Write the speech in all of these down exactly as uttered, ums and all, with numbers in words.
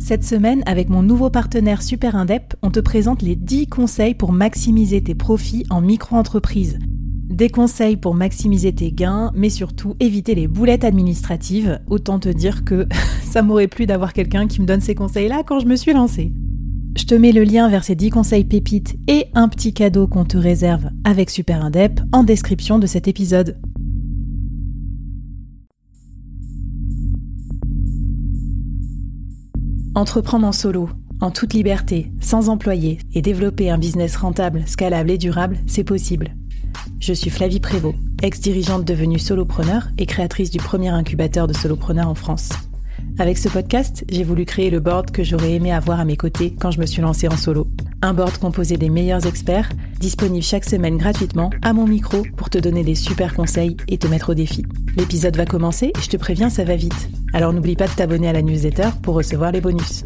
Cette semaine, avec mon nouveau partenaire Super Indep, on te présente les dix conseils pour maximiser tes profits en micro-entreprise. Des conseils pour maximiser tes gains, mais surtout éviter les boulettes administratives. Autant te dire que ça m'aurait plu d'avoir quelqu'un qui me donne ces conseils-là quand je me suis lancée. Je te mets le lien vers ces dix conseils pépites et un petit cadeau qu'on te réserve avec Super Indep en description de cet épisode. Entreprendre en solo, en toute liberté, sans employé et développer un business rentable, scalable et durable, c'est possible. Je suis Flavie Prévost, ex-dirigeante devenue solopreneur et créatrice du premier incubateur de solopreneurs en France. Avec ce podcast, j'ai voulu créer le board que j'aurais aimé avoir à mes côtés quand je me suis lancée en solo. Un board composé des meilleurs experts, disponible chaque semaine gratuitement à mon micro pour te donner des super conseils et te mettre au défi. L'épisode va commencer et je te préviens, ça va vite. Alors n'oublie pas de t'abonner à la newsletter pour recevoir les bonus.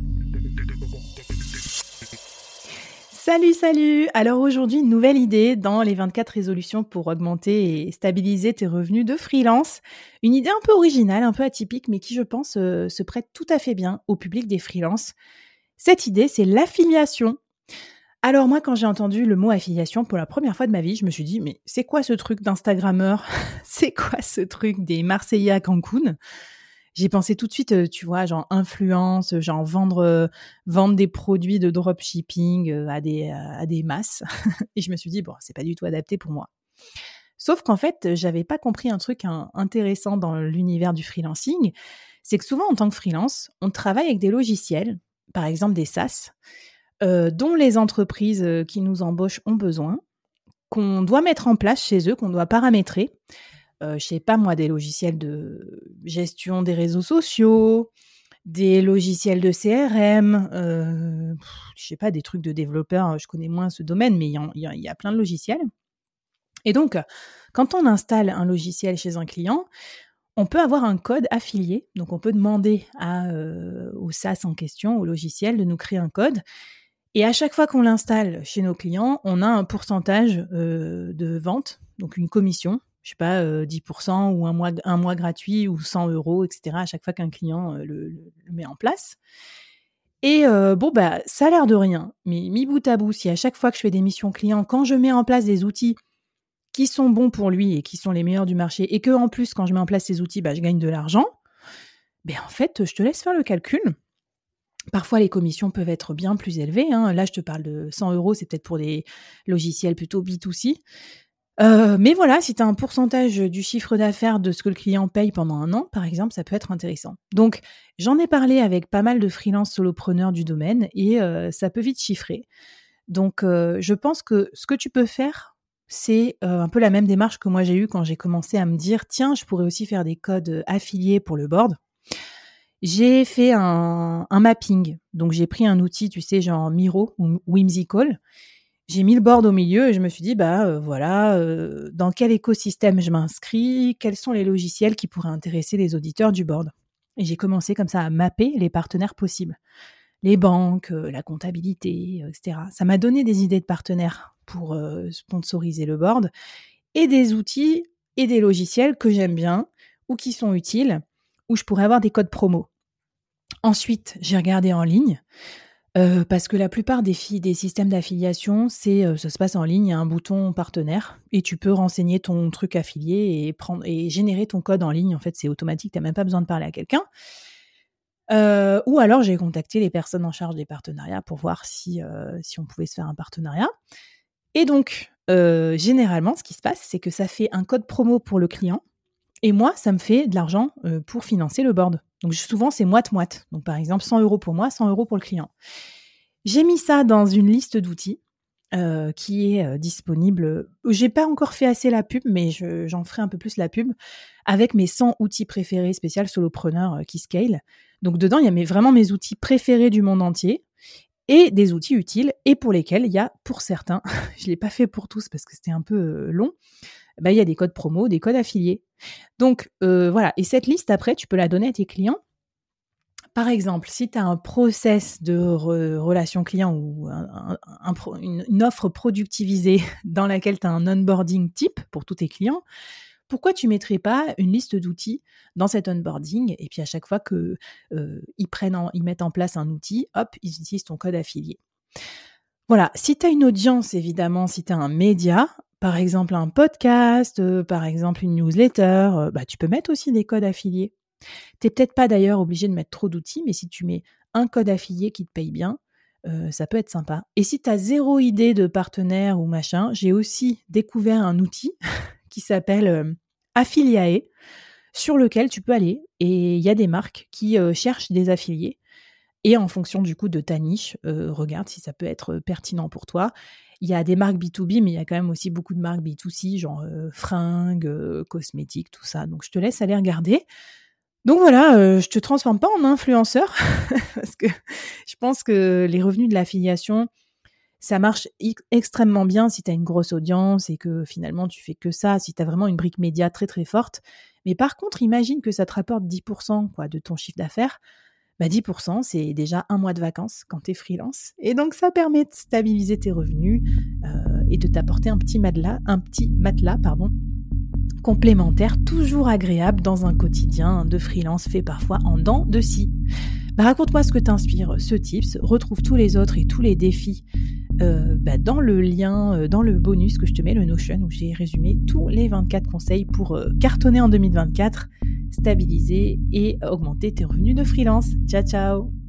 Salut, salut! Alors aujourd'hui, une nouvelle idée dans les vingt-quatre résolutions pour augmenter et stabiliser tes revenus de freelance. Une idée un peu originale, un peu atypique, mais qui, je pense, euh, se prête tout à fait bien au public des freelances. Cette idée, c'est l'affiliation. Alors moi, quand j'ai entendu le mot affiliation pour la première fois de ma vie, je me suis dit, mais c'est quoi ce truc d'Instagrammeur? C'est quoi ce truc des Marseillais à Cancun? J'ai pensé tout de suite, euh, tu vois, genre influence, genre vendre, euh, vendre des produits de dropshipping euh, à des, à des masses. Et je me suis dit, bon, c'est pas du tout adapté pour moi. Sauf qu'en fait, j'avais pas compris un truc hein, intéressant dans l'univers du freelancing. C'est que souvent, en tant que freelance, on travaille avec des logiciels, par exemple des SaaS, euh, dont les entreprises euh, qui nous embauchent ont besoin, qu'on doit mettre en place chez eux, qu'on doit paramétrer. Euh, je sais pas moi, des logiciels de gestion des réseaux sociaux, des logiciels de C R M, euh, pff, je sais pas, des trucs de développeurs, je connais moins ce domaine, mais il y, en- il y a- il y a plein de logiciels. Et donc, quand on installe un logiciel chez un client, on peut avoir un code affilié. Donc, on peut demander à, euh, au SaaS en question, au logiciel, de nous créer un code. Et à chaque fois qu'on l'installe chez nos clients, on a un pourcentage euh, de vente, donc une commission, je sais pas, euh, dix pour cent ou un mois, un mois gratuit ou cent euros, et cetera à chaque fois qu'un client euh, le, le- le met en place. Et euh, bon, bah, ça a l'air de rien, mais mis bout à bout, si à chaque fois que je fais des missions clients, quand je mets en place des outils qui sont bons pour lui et qui sont les meilleurs du marché, et que en plus, quand je mets en place ces outils, bah, je gagne de l'argent, ben en fait, je te laisse faire le calcul. Parfois, les commissions peuvent être bien plus élevées. Hein. Là, je te parle de cent euros, c'est peut-être pour des logiciels plutôt B deux C. Euh, mais voilà, si tu as un pourcentage du chiffre d'affaires de ce que le client paye pendant un an, par exemple, ça peut être intéressant. Donc, j'en ai parlé avec pas mal de freelance solopreneurs du domaine et euh, ça peut vite chiffrer. Donc, euh, je pense que ce que tu peux faire, c'est euh, un peu la même démarche que moi j'ai eue quand j'ai commencé à me dire, tiens, je pourrais aussi faire des codes affiliés pour le board. J'ai fait un, un mapping. Donc, j'ai pris un outil, tu sais, genre Miro ou Whimsical. J'ai mis le board au milieu et je me suis dit, bah euh, voilà, euh, dans quel écosystème je m'inscris, quels sont les logiciels qui pourraient intéresser les auditeurs du board. Et j'ai commencé comme ça à mapper les partenaires possibles. Les banques, euh, la comptabilité, euh, et cetera. Ça m'a donné des idées de partenaires pour euh, sponsoriser le board et des outils et des logiciels que j'aime bien ou qui sont utiles, où je pourrais avoir des codes promo. Ensuite, j'ai regardé en ligne. Euh, parce que la plupart des, fi- des systèmes d'affiliation, c'est euh, ça se passe en ligne, il y a un bouton partenaire et tu peux renseigner ton truc affilié et prendre et générer ton code en ligne. En fait, c'est automatique, tu n'as même pas besoin de parler à quelqu'un. Euh, ou alors, j'ai contacté les personnes en charge des partenariats pour voir si, euh, si on pouvait se faire un partenariat. Et donc, euh, généralement, ce qui se passe, c'est que ça fait un code promo pour le client et moi, ça me fait de l'argent euh, pour financer le board. Donc, souvent, c'est moite-moite. Donc, par exemple, cent euros pour moi, cent euros pour le client. J'ai mis ça dans une liste d'outils euh, qui est euh, disponible. J'ai pas encore fait assez la pub, mais je, j'en ferai un peu plus la pub avec mes cent outils préférés spécial solopreneur euh, qui scale. Donc dedans, il y a mes, vraiment mes outils préférés du monde entier et des outils utiles et pour lesquels il y a, pour certains, je l'ai pas fait pour tous parce que c'était un peu euh, long, bah, il y a des codes promo, des codes affiliés. Donc euh, voilà, et cette liste après, tu peux la donner à tes clients. Par exemple, si tu as un process de re- relation client ou un- un- un pro- une, une offre productivisée dans laquelle tu as un onboarding type pour tous tes clients, pourquoi tu mettrais pas une liste d'outils dans cet onboarding et puis à chaque fois que, heu, ils prennent en ils mettent en place un outil, hop, ils utilisent ton code affilié. Voilà, si tu as une audience évidemment, si tu as un média, par exemple un podcast, heu, par exemple une newsletter, heu, bah, tu peux mettre aussi des codes affiliés. Tu es peut-être pas d'ailleurs obligé de mettre trop d'outils, mais si tu mets un code affilié qui te paye bien, heu, ça peut être sympa. Et si tu as zéro idée de partenaire ou machin, j'ai aussi découvert un outil qui s'appelle, hem, Affiliae, sur lequel tu peux aller et il y a des marques qui, heu, cherchent des affiliés et en fonction du coup de ta niche, heu, regarde si ça peut être, heu, pertinent pour toi. Il y a des marques B deux B, mais il y a quand même aussi beaucoup de marques B deux C, genre, heu, fringues, heu, cosmétiques, tout ça. Donc je te laisse aller regarder. Donc voilà, heu, je te transforme pas en influenceur parce que je pense que les revenus de l'affiliation, ça marche ex extrêmement bien si tu as une grosse audience et que finalement tu fais que ça, si tu as vraiment une brique média très, très forte. Mais par contre, imagine que ça te rapporte dix pour cent quoi de ton chiffre d'affaires. Bah, dix pour cent, c'est déjà un mois de vacances quand tu es freelance et donc ça permet de stabiliser tes revenus, heu et de t'apporter un petit matelas un petit matelas, pardon, complémentaire, toujours agréable dans un quotidien de freelance fait parfois en dents de scie. Bah, raconte-moi ce que t'inspire ce tips. Retrouve tous les autres et tous les défis euh, bah, dans le lien, euh, dans le bonus que je te mets, le Notion, où j'ai résumé tous les vingt-quatre conseils pour euh, cartonner en deux mille vingt-quatre, stabiliser et augmenter tes revenus de freelance. Ciao, ciao!